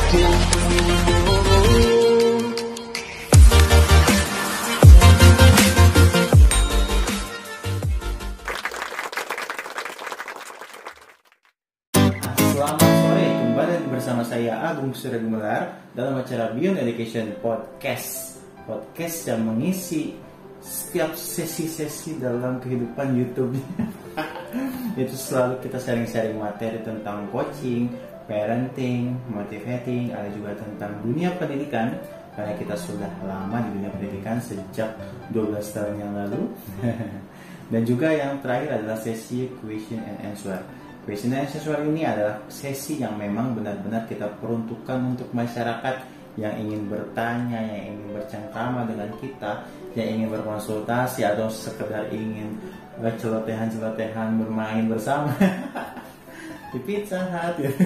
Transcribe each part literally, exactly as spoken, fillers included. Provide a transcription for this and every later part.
Bersama saya Agung Surya Gumelar dalam acara Beyond Education Podcast. Podcast yang mengisi setiap sesi-sesi dalam kehidupan YouTube. Itu selalu kita sharing-sharing materi tentang coaching, parenting, motivating, ada juga tentang dunia pendidikan. Karena kita sudah lama di dunia pendidikan sejak dua belas tahun yang lalu. Dan juga yang terakhir adalah sesi question and answer. Question and answer ini adalah sesi yang memang benar-benar kita peruntukkan untuk masyarakat yang ingin bertanya, yang ingin bercengkrama dengan kita, yang ingin berkonsultasi atau sekedar ingin celotehan-celotehan bermain bersama di Pizza Hut gitu.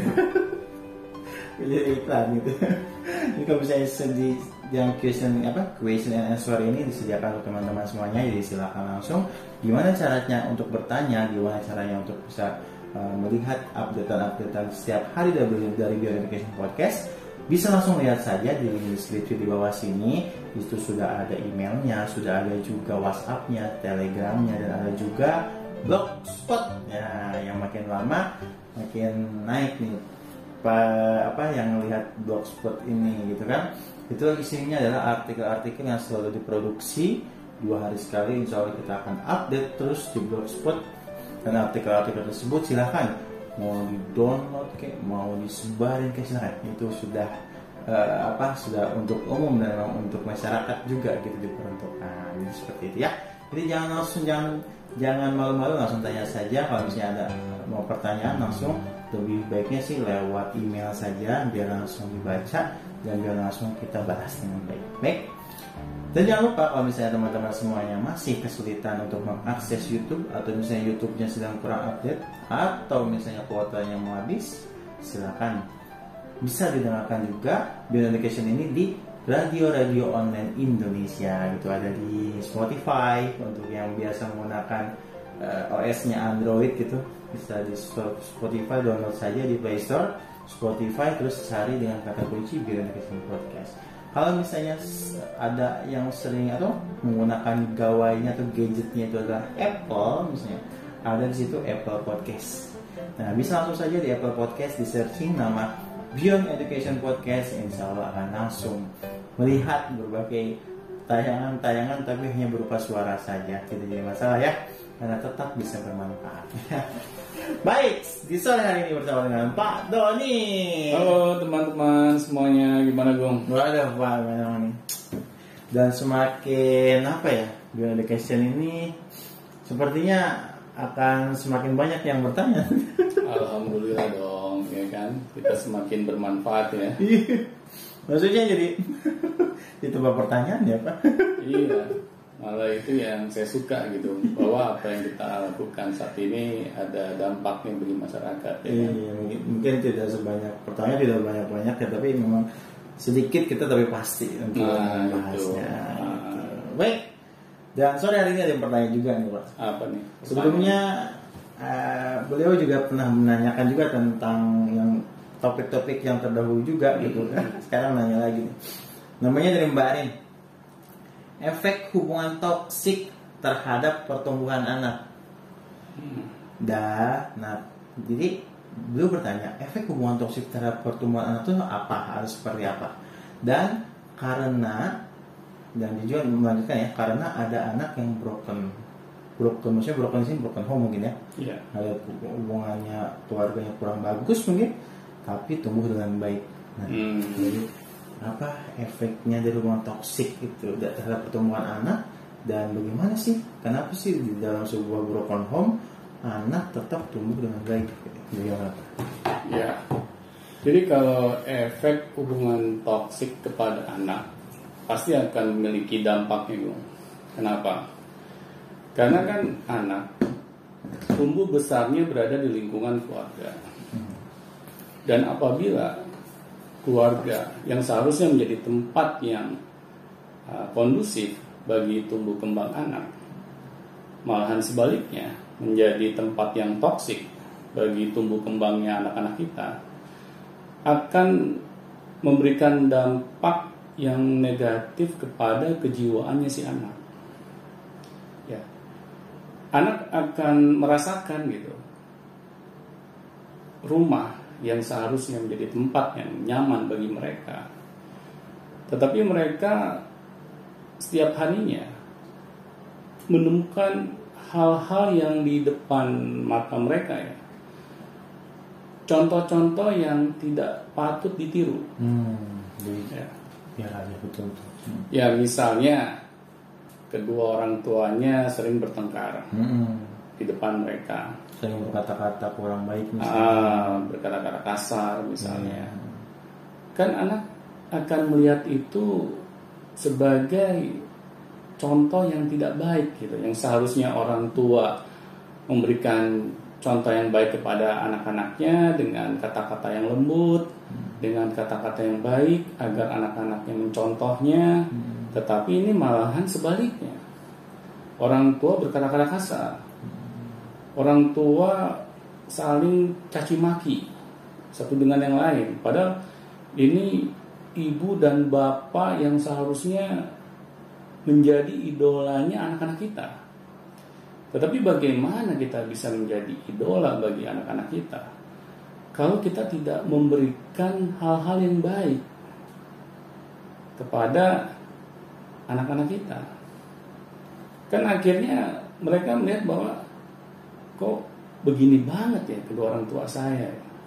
Pilih iklan gitu. Jadi kalau misalnya sedih yang question apa question and answer ini disediakan untuk teman-teman semuanya, jadi silakan langsung. Gimana caranya untuk bertanya, gimana caranya untuk bisa Uh, melihat update-update setiap hari dari, dari Beyond Education Podcast, bisa langsung lihat saja di link deskripsi di bawah sini. Itu sudah ada emailnya, sudah ada juga WhatsAppnya, Telegramnya, dan ada juga Blogspot ya, yang makin lama makin naik nih pa, apa yang lihat Blogspot ini gitu kan. Itu isinya adalah artikel-artikel yang selalu diproduksi dua hari sekali. Insya Allah kita akan update terus di Blogspot. Dan artikel-artikel tersebut silahkan mau di download kayak mau disebarin kayak silahkan, itu sudah uh, apa sudah untuk umum dan untuk masyarakat juga gitu diperuntukkan. Jadi seperti itu ya. Jadi jangan langsung jangan jangan malu-malu, langsung tanya saja. Kalau misalnya ada mau pertanyaan langsung, lebih baiknya sih lewat email saja biar langsung dibaca dan biar langsung kita bahas dengan baik. Baik. Dan jangan lupa kalau misalnya teman-teman semuanya masih kesulitan untuk mengakses YouTube, atau misalnya YouTube-nya sedang kurang update, atau misalnya kuotanya mau habis, silakan bisa didengarkan juga Beyond Education ini di radio-radio online Indonesia. Gitu ada di Spotify untuk yang biasa menggunakan uh, O S-nya Android gitu, bisa di Spotify, download saja di Play Store Spotify, terus cari dengan kata kunci Beyond Education Podcast. Kalau misalnya ada yang sering atau menggunakan gawainya atau gadgetnya itu adalah Apple, misalnya ada di situ Apple Podcast. Nah, bisa langsung saja di Apple Podcast di searching nama Beyond Education Podcast, insya Allah akan langsung melihat berbagai tayangan-tayangan tapi hanya berupa suara saja, tidak jadi masalah ya, karena tetap bisa bermanfaat. Baik, di sore hari ini bersama dengan Pak Doni. Halo teman-teman semuanya, gimana Gong? Waduh Pak, gimana nih? Dan semakin apa ya, Beyond Education ini sepertinya akan semakin banyak yang bertanya. Alhamdulillah dong, ya kan? Kita semakin bermanfaat ya. Maksudnya jadi itu pertanyaan ya Pak? Iya. Malah itu yang saya suka gitu, bahwa apa yang kita lakukan saat ini ada dampaknya bagi masyarakat ya. Iya, mungkin, mungkin tidak sebanyak pertanyaan, tidak banyak-banyak ya, tapi memang sedikit kita tapi pasti untuk nah, membahasnya gitu. Gitu. Baik, dan sore hari ini ada yang pertanyaan juga nih Pak. Apa nih? Sebelumnya uh, beliau juga pernah menanyakan juga tentang yang topik-topik yang terdahulu juga gitu kan. Sekarang nanya lagi nih. Namanya dari Mbak Arin. Efek hubungan toksik terhadap pertumbuhan anak. Hmm. Dah, nah, jadi beliau bertanya, efek hubungan toksik terhadap pertumbuhan anak itu apa? Harus seperti apa? Dan karena dan juga melanjutkan ya, karena ada anak yang broken, broken maksudnya broken sih broken home mungkin ya. Yeah. Ada hubungannya keluarganya kurang bagus mungkin, tapi tumbuh dengan baik. Nah, hmm. jadi apa efeknya dari hubungan toksik itu terhadap pertumbuhan anak, dan bagaimana sih, kenapa sih di dalam sebuah broken home anak tetap tumbuh dengan baik? Ya, jadi kalau efek hubungan toksik kepada anak pasti akan memiliki dampaknya, Bung. Kenapa? Karena kan anak tumbuh besarnya berada di lingkungan keluarga, dan apabila keluarga yang seharusnya menjadi tempat yang uh, kondusif bagi tumbuh kembang anak, malahan sebaliknya menjadi tempat yang toksik bagi tumbuh kembangnya anak-anak kita, akan memberikan dampak yang negatif kepada kejiwaannya si anak. Ya, anak akan merasakan gitu rumah yang seharusnya menjadi tempat yang nyaman bagi mereka, tetapi mereka setiap harinya menemukan hal-hal yang di depan mata mereka ya, contoh-contoh yang tidak patut ditiru. Hmm, Ya. ya, ya betul, betul. Hmm. Ya misalnya kedua orang tuanya sering bertengkar Hmm. di depan mereka, Sering berkata-kata kurang baik misalnya. ah, berkata-kata kasar misalnya. Hmm. Kan anak akan melihat itu sebagai contoh yang tidak baik gitu, yang seharusnya orang tua memberikan contoh yang baik kepada anak-anaknya dengan kata-kata yang lembut, hmm. dengan kata-kata yang baik agar anak-anaknya mencontohnya, hmm. tetapi ini malahan sebaliknya. Orang tua berkata-kata kasar, hmm. orang tua saling caci maki satu dengan yang lain, padahal ini ibu dan bapak yang seharusnya menjadi idolanya anak-anak kita. Tetapi bagaimana kita bisa menjadi idola bagi anak-anak kita kalau kita tidak memberikan hal-hal yang baik kepada anak-anak kita? Kan akhirnya mereka melihat bahwa kok begini banget ya kedua orang tua saya.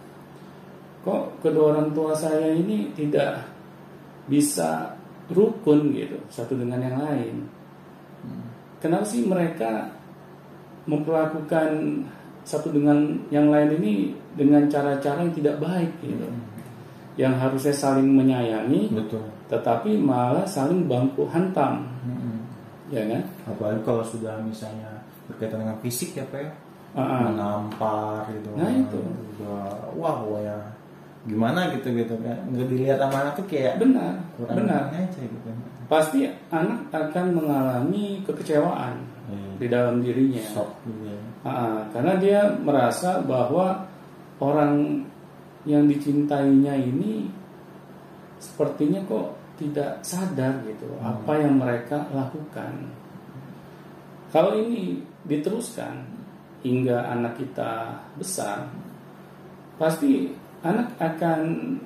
Kok kedua orang tua saya ini tidak bisa rukun gitu satu dengan yang lain. Kenapa sih mereka memperlakukan satu dengan yang lain ini dengan cara-cara yang tidak baik gitu, yang harusnya saling menyayangi, Betul. tetapi malah saling baku hantam, Hmm. ya kan? Apalagi kalau sudah misalnya berkaitan dengan fisik ya Pak ya, Uh-uh. menampar gitu. Nah, itu. Udah, wah ya gimana gitu gitu kan, nggak dilihat sama anak tuh kayak Benar, kurang benar. aja gitu. Pasti anak akan mengalami kekecewaan Hmm. di dalam dirinya. Shock gitu ya. Ah, karena dia merasa bahwa orang yang dicintainya ini sepertinya kok tidak sadar gitu Hmm. apa yang mereka lakukan. Kalau ini diteruskan hingga anak kita besar, pasti anak akan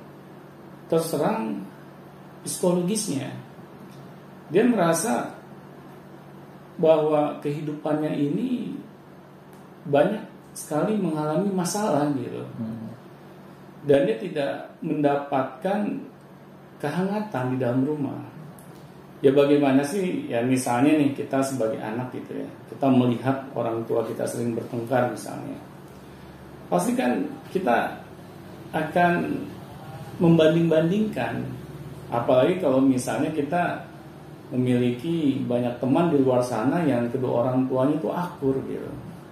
terserang psikologisnya. Dia merasa bahwa kehidupannya ini banyak sekali mengalami masalah gitu, Hmm. dan dia tidak mendapatkan kehangatan di dalam rumah. Ya bagaimana sih, ya misalnya nih kita sebagai anak gitu ya, kita melihat orang tua kita sering bertengkar misalnya, pasti kan kita akan membanding-bandingkan, apalagi kalau misalnya kita memiliki banyak teman di luar sana yang kedua orang tuanya itu akur gitu.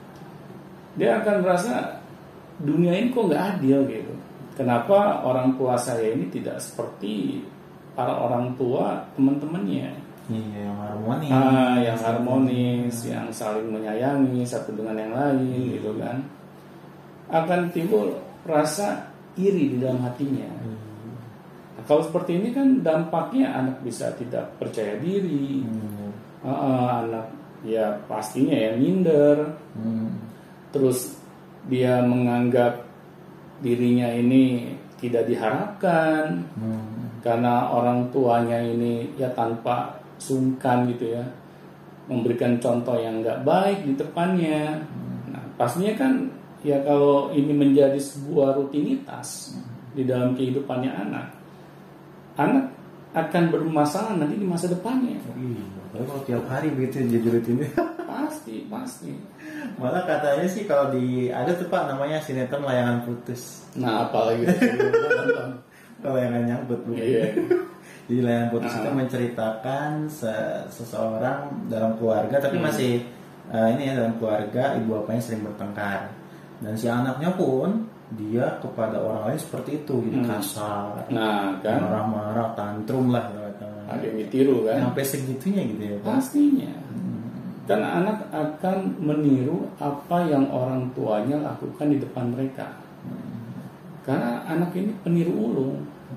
Dia akan merasa dunia ini kok nggak adil gitu. Kenapa orang tua saya ini tidak seperti para orang tua teman-temannya? Iya, yang harmonis. Ah, yang harmonis, yang saling menyayangi satu dengan yang lain gitu kan. Akan timbul rasa iri di dalam hatinya. Nah, kalau seperti ini kan dampaknya anak bisa tidak percaya diri, Hmm. uh, uh, anak ya pastinya ya minder, Hmm. terus dia menganggap dirinya ini tidak diharapkan Hmm. karena orang tuanya ini ya tanpa sungkan gitu ya memberikan contoh yang nggak baik di depannya. Nah pastinya kan ya kalau ini menjadi sebuah rutinitas di dalam kehidupannya anak, anak akan bermasalah nanti di masa depannya. Iya, tapi kalau tiap hari begitu jadi rutin. Pasti, pasti. Malah katanya sih kalau di ada tuh Pak namanya sinetron layangan putus. Nah, apalagi nonton. Layangan nyangkut Bu. Iya. Jadi layangan putus Ah. itu menceritakan se- seseorang dalam keluarga tapi Hmm. masih eh, ini ya dalam keluarga ibu bapaknya sering bertengkar dan si anaknya pun dia kepada orang lain seperti itu gitu, Hmm. kasar, Nah, kan marah-marah, tantrum lah katanya. ada yang ditiru kan? Sampai segitunya gitu ya Pak. Pastinya. Hmm. Kan anak akan meniru apa yang orang tuanya lakukan di depan mereka. Karena anak ini peniru ulung.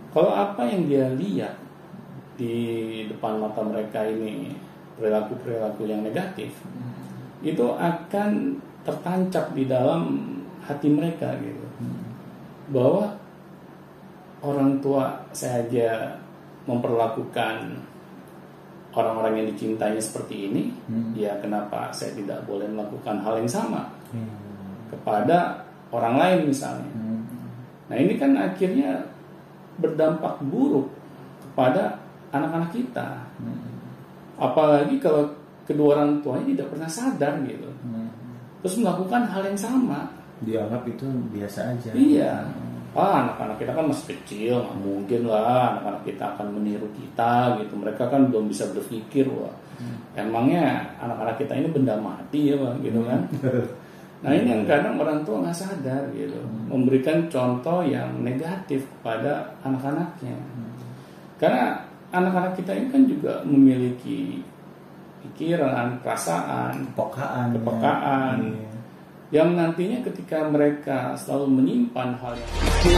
Kalau apa yang dia lihat di depan mata mereka ini perilaku-perilaku yang negatif, itu akan tertancap di dalam hati mereka gitu. Bahwa orang tua saja memperlakukan orang-orang yang dicintainya seperti ini, hmm. ya kenapa saya tidak boleh melakukan hal yang sama hmm. kepada orang lain misalnya. Hmm. Nah ini kan akhirnya berdampak buruk kepada anak-anak kita. Hmm. Apalagi kalau kedua orang tuanya tidak pernah sadar gitu. Hmm. Terus melakukan hal yang sama. Dianggap itu biasa aja. Iya. Ah, anak-anak kita kan masih kecil, nggak mungkin lah anak-anak kita akan meniru kita gitu. Mereka kan belum bisa berpikir, wah. Hmm. Emangnya anak-anak kita ini benda mati ya, bang, gitu kan? Nah ini yang kadang orang tua nggak sadar gitu, hmm. memberikan contoh yang negatif kepada anak-anaknya. Hmm. Karena anak-anak kita ini kan juga memiliki pikiran, perasaan, kepekaan, kepekaan. Ya. Yang nantinya ketika mereka selalu menyimpan hal yang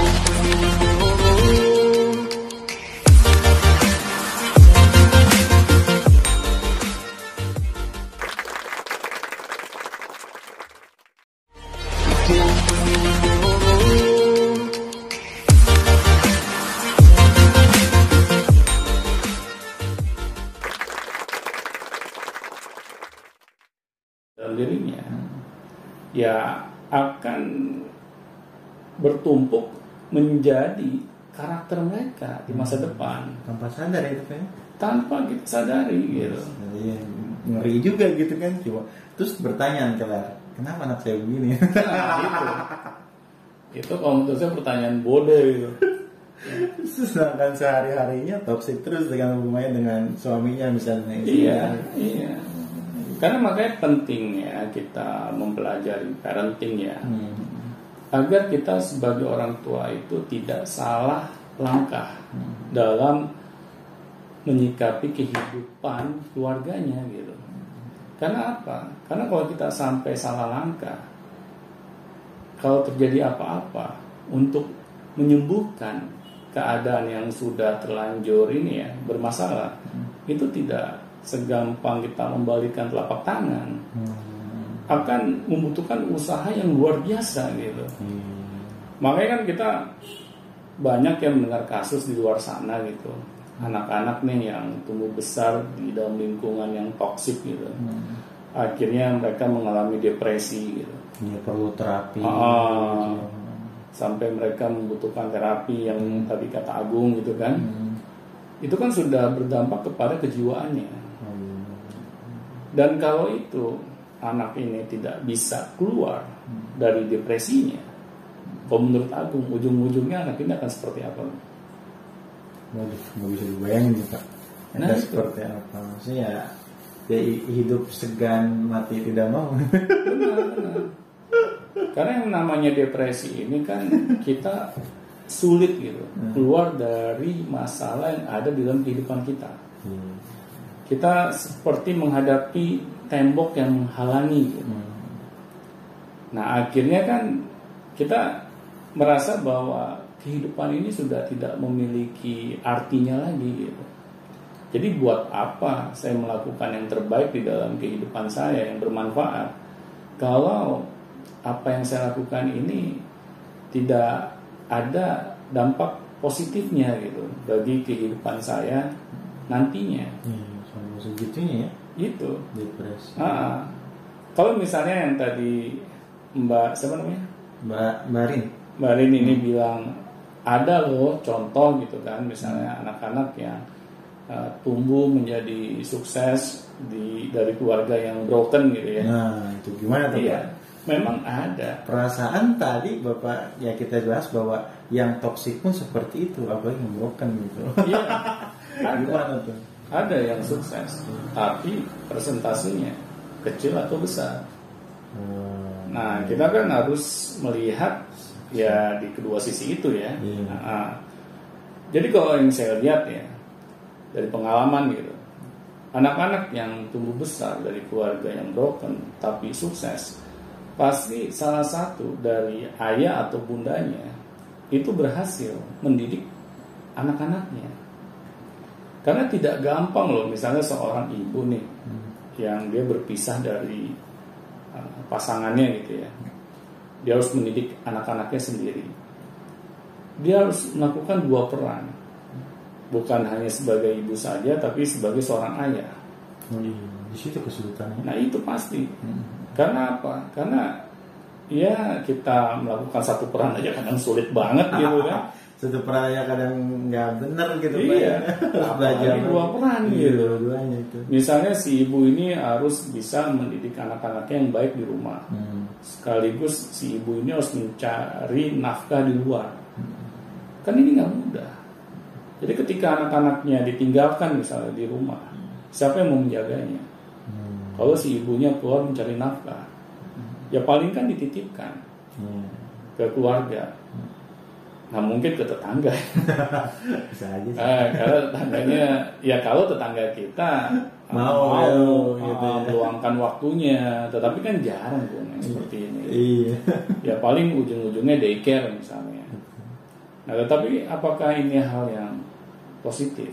dalam dirinya, ya akan bertumpuk menjadi karakter mereka di masa depan tanpa sadar itu kan, tanpa kita sadari gitu. Ya, ngeri juga gitu kan, coba terus bertanya kelar, kenapa anak saya begini? Nah, itu itu kalau menurut saya pertanyaan bodoh itu. Sedangkan sehari-harinya toksik terus dengan hubungannya dengan suaminya misalnya. Iya, iya. Karena makanya pentingnya kita mempelajari parenting ya, hmm. agar kita sebagai orang tua itu tidak salah langkah hmm. dalam menyikapi kehidupan keluarganya gitu. Karena apa? Karena kalau kita sampai salah langkah, kalau terjadi apa-apa untuk menyembuhkan keadaan yang sudah terlanjur ini ya bermasalah, hmm. itu tidak segampang kita membalikan telapak tangan. hmm. Akan membutuhkan usaha yang luar biasa gitu. hmm. Makanya kan kita banyak yang mendengar kasus di luar sana gitu, anak-anak nih yang tumbuh besar di dalam lingkungan yang toksik gitu. hmm. Akhirnya mereka mengalami depresi gitu. Ya, perlu terapi. ah, gitu. Sampai mereka membutuhkan terapi yang hmm. tadi kata Agung gitu kan. hmm. Itu kan sudah berdampak kepada kejiwaannya. Dan kalau itu anak ini tidak bisa keluar hmm. dari depresinya, kalau menurut Agung ujung-ujungnya anak ini akan seperti apa? Waduh, nggak bisa dibayangin nih Pak. Nah, ada seperti apa? Maksudnya ya hidup segan mati tidak mau. Benar, benar. Karena yang namanya depresi ini kan kita sulit gitu hmm. keluar dari masalah yang ada di dalam kehidupan kita. Hmm. Kita seperti menghadapi tembok yang menghalangi gitu. hmm. Nah akhirnya kan kita merasa bahwa kehidupan ini sudah tidak memiliki artinya lagi gitu. Jadi buat apa saya melakukan yang terbaik di dalam kehidupan saya yang bermanfaat kalau apa yang saya lakukan ini tidak ada dampak positifnya gitu bagi kehidupan saya nantinya. hmm. Segitunya ya itu depresi. Ah, kalau misalnya yang tadi Mbak siapa namanya Mbak Marin Marin ini hmm. bilang ada loh contoh gitu kan, misalnya hmm. anak-anak yang uh, tumbuh menjadi sukses di dari keluarga yang broken gitu ya. Nah itu gimana tuh? Iya, memang ada perasaan tadi Bapak ya kita bahas bahwa yang toksik pun seperti itu, apalagi yang broken gitu. Iya. Gimana tuh? Ada yang sukses, tapi persentasenya kecil atau besar. Hmm. Nah, kita kan harus melihat ya di kedua sisi itu ya. Yeah. Nah, jadi kalau yang saya lihat ya dari pengalaman gitu, anak-anak yang tumbuh besar dari keluarga yang broken tapi sukses, pasti salah satu dari ayah atau bundanya itu berhasil mendidik anak-anaknya. Karena tidak gampang loh, misalnya seorang ibu nih hmm. yang dia berpisah dari uh, pasangannya gitu ya, dia harus mendidik anak-anaknya sendiri. Dia harus melakukan dua peran, bukan hanya sebagai ibu saja, tapi sebagai seorang ayah. Oh, di situ kesulitannya. Nah itu pasti. Hmm. Karena apa? Karena ya kita melakukan satu peran aja kadang sulit banget gitu kan. Satu peran aja kadang nggak benar gitu. Iya. Apalagi dua peran gitu. Dua-duanya itu. Misalnya si ibu ini harus bisa mendidik anak-anaknya yang baik di rumah. Hmm. Sekaligus si ibu ini harus mencari nafkah di luar. Hmm. Kan ini nggak mudah. Jadi ketika anak-anaknya ditinggalkan misalnya di rumah, siapa yang mau menjaganya? Hmm. Kalau si ibunya keluar mencari nafkah, ya paling kan dititipkan hmm. ke keluarga. Hmm. Nah mungkin ke tetangga. Bisa aja sih. Nah, kalau tetangganya, ya kalau tetangga kita mau, mau ya, gitu uh, meluangkan waktunya, tetapi kan jarang pun yang seperti ini. Iya. Ya paling ujung-ujungnya daycare misalnya. Nah tetapi apakah ini hal yang positif?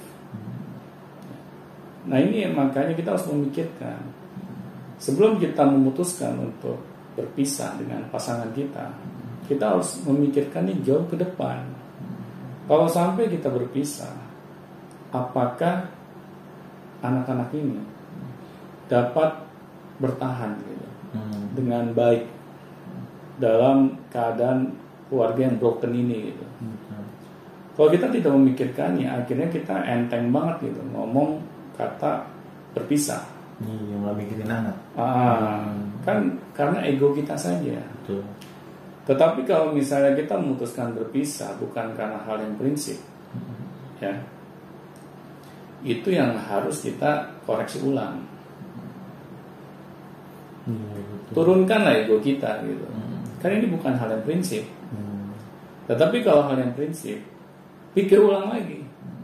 Nah ini makanya kita harus memikirkan sebelum kita memutuskan untuk berpisah dengan pasangan kita, kita harus memikirkan ini jauh ke depan. Kalau sampai kita berpisah, apakah anak-anak ini dapat bertahan gitu, hmm. dengan baik dalam keadaan keluarga yang broken ini gitu. Hmm. Kalau kita tidak memikirkannya, akhirnya kita enteng banget gitu ngomong kata berpisah. Iya, nggak mikirin anak. Ah, hmm. Kan karena ego kita saja. Betul. Tetapi kalau misalnya kita memutuskan berpisah bukan karena hal yang prinsip, hmm. ya, itu yang harus kita koreksi ulang. Hmm, Turunkanlah ego kita gitu. Hmm. Karena ini bukan hal yang prinsip. Hmm. Tetapi kalau hal yang prinsip, pikir ulang lagi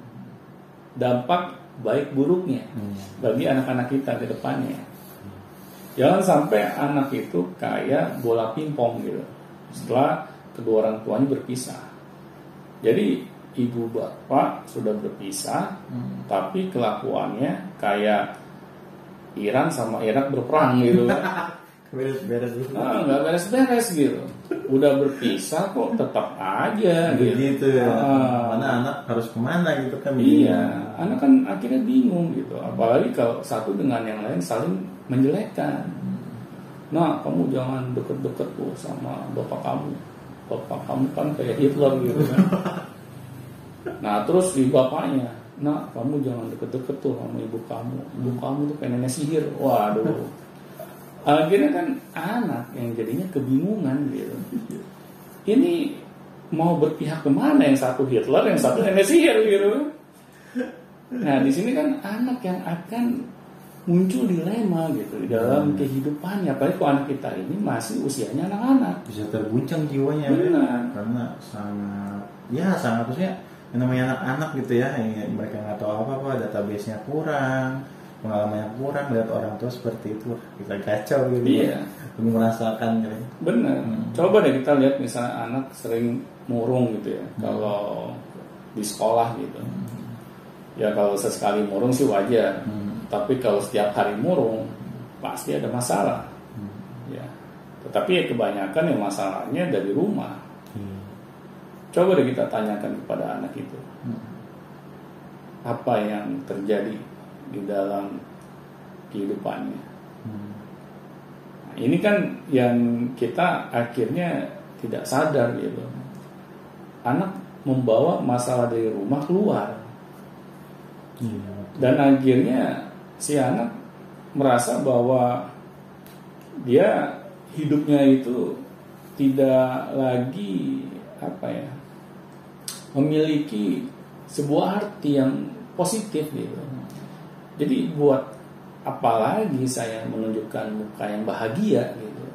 dampak baik buruknya hmm. bagi anak-anak kita ke depannya. Hmm. Jangan sampai anak itu kayak bola pingpong gitu. Setelah kedua orang tuanya berpisah. Jadi ibu bapak sudah berpisah, hmm. tapi kelakuannya kayak Iran sama Irak berperang gitu. Beres-beres gitu. Nah, nggak beres-beres gitu. Udah berpisah kok tetap aja gitu. Gitu ya. Ah. Mana anak harus kemana gitu kan? Iya, anak kan akhirnya bingung gitu. Apalagi kalau satu dengan yang lain saling menjelekkan. Nah, kamu jangan deket-deket tuh sama bapak kamu. Bapak kamu kan kayak Hitler gitu kan. Nah, terus di bapaknya, nah kamu jangan deket-deket tuh sama ibu kamu. Ibu kamu tuh kayak nenek sihir. Waduh. Akhirnya kan anak yang jadinya kebingungan gitu. Ini mau berpihak kemana? Yang satu Hitler, yang satu nenek sihir gitu. Nah di sini kan anak yang akan muncul dilema gitu di dalam hmm. kehidupannya. Apalagi kalau anak kita ini masih usianya anak-anak. Bisa terguncang jiwanya. Benar. Karena sangat, ya sangat maksudnya yang namanya anak-anak gitu ya, yang mereka nggak tahu apa-apa, database-nya kurang, pengalamannya kurang, lihat orang tua seperti itu kita kacau gitu. Iya. Belum merasakan gitu. Benar. Hmm. Coba deh kita lihat misalnya anak sering murung gitu ya, hmm. kalau di sekolah gitu. Hmm. Ya kalau sesekali murung sih wajar. Hmm. Tapi kalau setiap hari murung pasti ada masalah. Hmm. Ya. Tetapi ya kebanyakan yang masalahnya dari rumah. Hmm. Coba deh kita tanyakan kepada anak itu. Hmm. Apa yang terjadi di dalam kehidupannya. Hmm. Nah, ini kan yang kita akhirnya tidak sadar gitu. Anak membawa masalah dari rumah keluar. Hmm. Dan akhirnya si anak merasa bahwa dia hidupnya itu tidak lagi apa ya, memiliki sebuah arti yang positif gitu. Jadi buat apalagi saya menunjukkan muka yang bahagia gitu.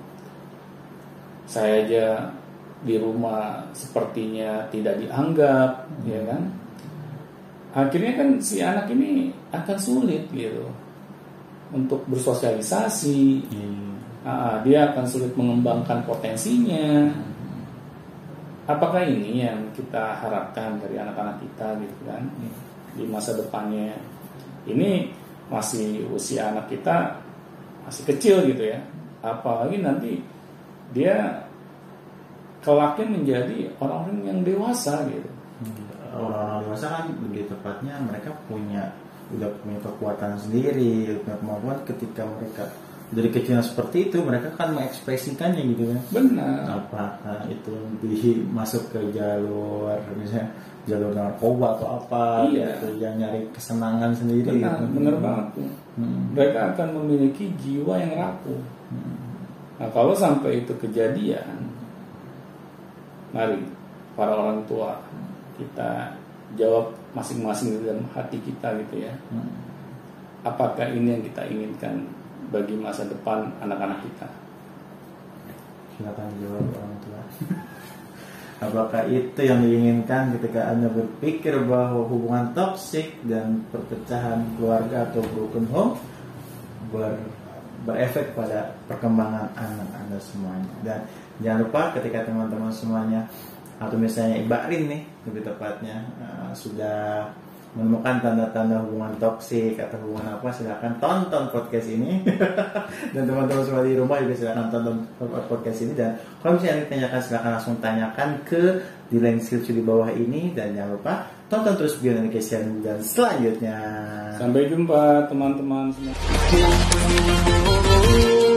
Saya aja di rumah sepertinya tidak dianggap, hmm. ya kan? Akhirnya kan si anak ini akan sulit gitu untuk bersosialisasi. Hmm. Nah, dia akan sulit mengembangkan potensinya. apakah ini yang kita harapkan dari anak-anak kita gitu kan di masa depannya? Ini masih usia anak kita masih kecil gitu ya, apalagi nanti dia kelaknya menjadi orang-orang yang dewasa gitu. Orang-orang dewasa kan lebih tepatnya mereka punya udah punya kekuatan sendiri, punya kemampuan. Ketika mereka dari kecilnya seperti itu, mereka kan mengekspresikannya gitu kan. Benar. Apakah itu di masuk ke jalur misalnya jalur narkoba atau apa, iya. gitu, yang nyari kesenangan sendiri. Benar, gitu. benar banget tuh. Hmm. Mereka akan memiliki jiwa yang rapuh. Hmm. Nah, kalau sampai itu kejadian, mari para orang tua kita jawab masing-masing dalam hati kita gitu ya. Hmm. Apakah ini yang kita inginkan bagi masa depan anak-anak kita? Silakan jawab orang tua. Apakah itu yang diinginkan ketika Anda berpikir bahwa hubungan toksik dan perpecahan keluarga atau broken home ber, berefek pada perkembangan anak Anda semuanya? Dan jangan lupa ketika teman-teman semuanya atau misalnya Mbak Rin nih lebih tepatnya uh, sudah menemukan tanda-tanda hubungan toksik atau hubungan apa, silakan tonton podcast ini. Dan teman-teman semua di rumah juga silakan tonton podcast ini. Dan kalau misalnya ditanyakan, silakan langsung tanyakan ke di link deskripsi di bawah ini. Dan jangan lupa tonton terus Beyond Education dan selanjutnya. Sampai jumpa teman-teman semua.